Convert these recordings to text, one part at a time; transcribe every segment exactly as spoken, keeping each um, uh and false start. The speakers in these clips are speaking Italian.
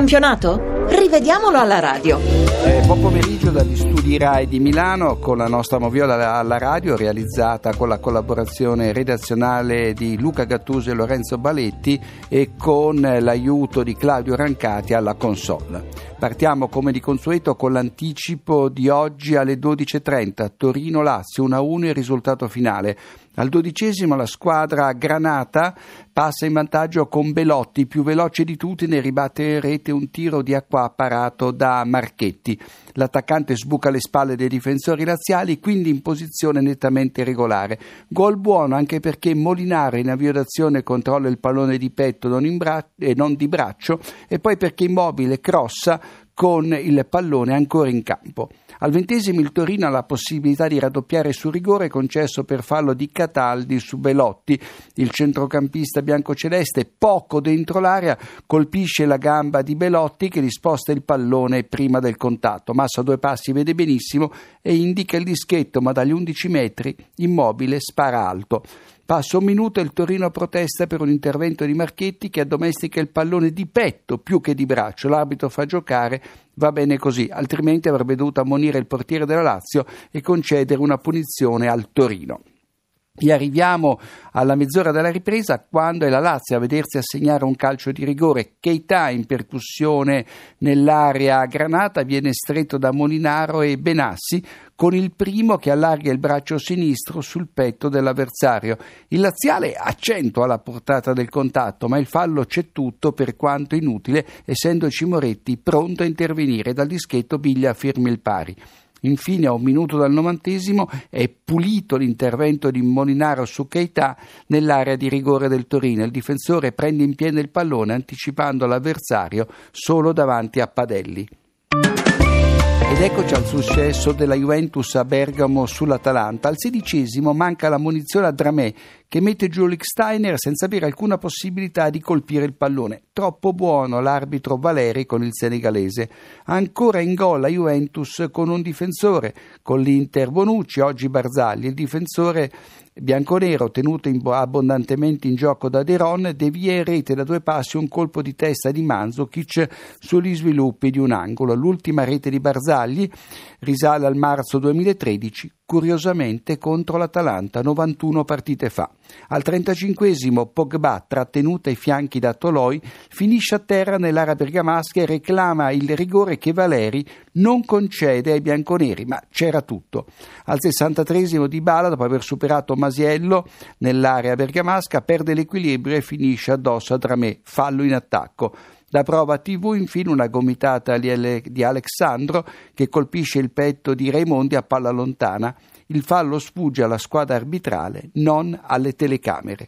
campionato? Rivediamolo alla radio. Eh, buon pomeriggio dagli studi Rai di Milano con la nostra moviola alla radio, realizzata con la collaborazione redazionale di Luca Gattuso e Lorenzo Baletti e con l'aiuto di Claudio Rancati alla console. Partiamo come di consueto con l'anticipo di oggi alle dodici e trenta. Torino-Lazio uno a uno il risultato finale. Al dodicesimo la squadra granata passa in vantaggio con Belotti, più veloce di tutti, ne ribatte in rete un tiro di acqua parato da Marchetti. L'attaccante sbuca alle spalle dei difensori laziali, quindi in posizione nettamente regolare. Gol buono anche perché Molinaro in avvio d'azione controlla il pallone di petto non in bra- e non di braccio, e poi perché Immobile crossa con il pallone ancora in campo. Al ventesimo il Torino ha la possibilità di raddoppiare su rigore concesso per fallo di Cataldi su Belotti. Il centrocampista biancoceleste, poco dentro l'area, colpisce la gamba di Belotti che gli sposta il pallone prima del contatto. Massa a due passi vede benissimo e indica il dischetto, ma dagli undici metri Immobile spara alto. Passa un minuto e il Torino protesta per un intervento di Marchetti che addomestica il pallone di petto più che di braccio. L'arbitro fa giocare, va bene così, altrimenti avrebbe dovuto ammonire il portiere della Lazio e concedere una punizione al Torino. E arriviamo alla mezz'ora della ripresa, quando è la Lazio a vedersi assegnare un calcio di rigore. Keita in percussione nell'area granata viene stretto da Molinaro e Benassi, con il primo che allarga il braccio sinistro sul petto dell'avversario. Il laziale accentua la portata del contatto, ma il fallo c'è tutto, per quanto inutile, essendoci Moretti pronto a intervenire. Dal dischetto Biglia firma il pari. Infine, a un minuto dal novantesimo, è pulito l'intervento di Molinaro su Keita nell'area di rigore del Torino. Il difensore prende in piede il pallone anticipando l'avversario solo davanti a Padelli. Ed eccoci al successo della Juventus a Bergamo sull'Atalanta. Al sedicesimo manca la munizione a Dramé, che mette giù Lichtsteiner senza avere alcuna possibilità di colpire il pallone. Troppo buono l'arbitro Valeri con il senegalese. Ancora in gol la Juventus con un difensore, con l'Inter Bonucci, oggi Barzagli. Il difensore bianconero, tenuto in, abbondantemente in gioco da De Ron, devia in rete da due passi un colpo di testa di Mandzukic sugli sviluppi di un angolo. L'ultima rete di Barzagli risale al marzo duemilatredici, curiosamente contro l'Atalanta, novantuno partite fa. Al trentacinquesimo Pogba, trattenuto ai fianchi da Toloi, finisce a terra nell'area bergamasca e reclama il rigore che Valeri non concede ai bianconeri, ma c'era tutto. Al sessantatreesimo Dybala, dopo aver superato Masiello nell'area bergamasca, perde l'equilibrio e finisce addosso a Dramé, fallo in attacco. Da prova tivù infine una gomitata di Alexandro che colpisce il petto di Raimondi a palla lontana. Il fallo sfugge alla squadra arbitrale, non alle telecamere.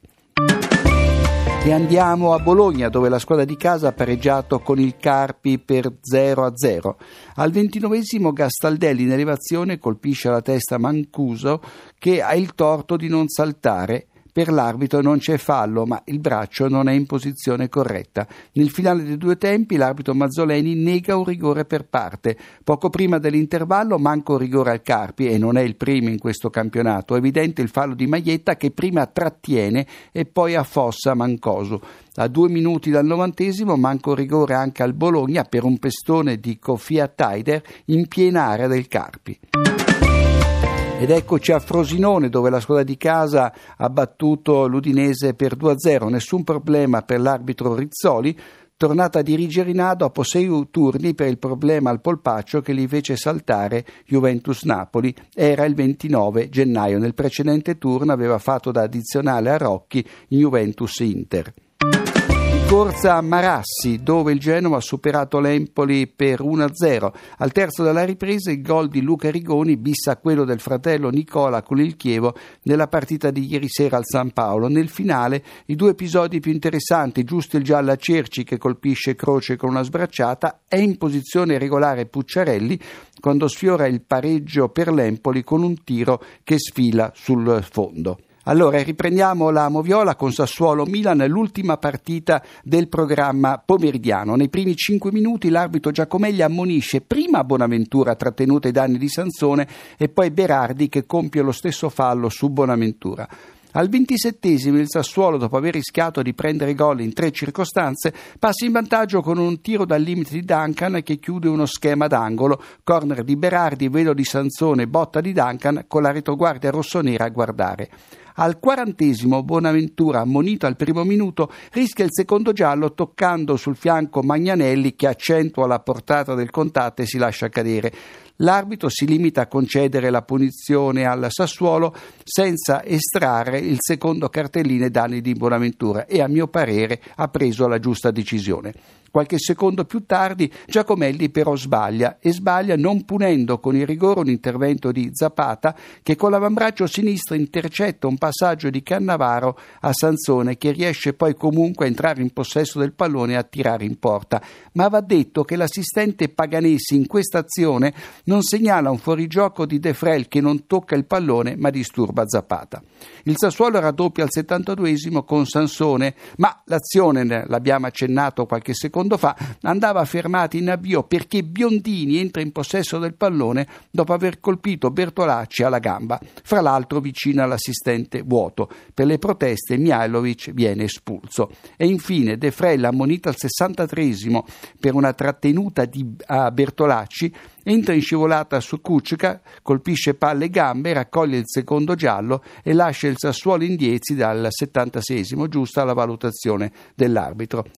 E andiamo a Bologna, dove la squadra di casa ha pareggiato con il Carpi per zero a zero. Al ventinovesimo Gastaldelli in elevazione colpisce alla testa Mancuso, che ha il torto di non saltare. Per l'arbitro non c'è fallo, ma il braccio non è in posizione corretta. Nel finale dei due tempi l'arbitro Mazzoleni nega un rigore per parte. Poco prima dell'intervallo manca un rigore al Carpi e non è il primo in questo campionato. È evidente il fallo di Maietta che prima trattiene e poi affossa Mancosu. A due minuti dal novantesimo manca un rigore anche al Bologna per un pestone di Kofia Taider in piena area del Carpi. Ed eccoci a Frosinone, dove la squadra di casa ha battuto l'Udinese per due a zero. Nessun problema per l'arbitro Rizzoli, tornata a dirigere in A dopo sei turni per il problema al polpaccio che li fece saltare Juventus-Napoli. Era il ventinove gennaio. Nel precedente turno aveva fatto da addizionale a Rocchi in Juventus-Inter. Corsa Marassi, dove il Genoa ha superato l'Empoli per uno a zero. Al terzo della ripresa il gol di Luca Rigoni bissa quello del fratello Nicola con il Chievo nella partita di ieri sera al San Paolo. Nel finale i due episodi più interessanti, giusto il giallo a Cerci che colpisce Croce con una sbracciata, è in posizione regolare Pucciarelli quando sfiora il pareggio per l'Empoli con un tiro che sfila sul fondo. Allora riprendiamo la moviola con Sassuolo-Milan, l'ultima partita del programma pomeridiano. Nei primi cinque minuti l'arbitro Giacomelli ammonisce prima Bonaventura trattenuta ai danni di Sansone e poi Berardi che compie lo stesso fallo su Bonaventura. Al ventisettesimo il Sassuolo, dopo aver rischiato di prendere gol in tre circostanze, passa in vantaggio con un tiro dal limite di Duncan che chiude uno schema d'angolo, corner di Berardi, velo di Sansone, botta di Duncan con la retroguardia rossonera a guardare. Al quarantesimo Bonaventura, ammonito al primo minuto, rischia il secondo giallo toccando sul fianco Magnanelli che accentua la portata del contatto e si lascia cadere. L'arbitro si limita a concedere la punizione al Sassuolo senza estrarre il secondo cartellino ai danni di Bonaventura e a mio parere ha preso la giusta decisione. Qualche secondo più tardi Giacomelli però sbaglia e sbaglia non punendo con il rigore un intervento di Zapata che con l'avambraccio sinistro intercetta un passaggio di Cannavaro a Sansone che riesce poi comunque a entrare in possesso del pallone e a tirare in porta. Ma va detto che l'assistente Paganesi in questa azione non segnala un fuorigioco di De Frel che non tocca il pallone ma disturba Zapata. Il Sassuolo raddoppia al settantaduesimo con Sansone, ma l'azione, l'abbiamo accennato qualche secondo fa, andava fermata in avvio perché Biondini entra in possesso del pallone dopo aver colpito Bertolacci alla gamba, fra l'altro vicino all'assistente vuoto. Per le proteste Mihajlovic viene espulso. E infine De Frel, ammonito al sessantatreesimo per una trattenuta di, a Bertolacci, entra in scivolata su Kučka, colpisce palle e gambe, raccoglie il secondo giallo e lascia il Sassuolo in dieci dal settantaseiesimo, giusta la valutazione dell'arbitro.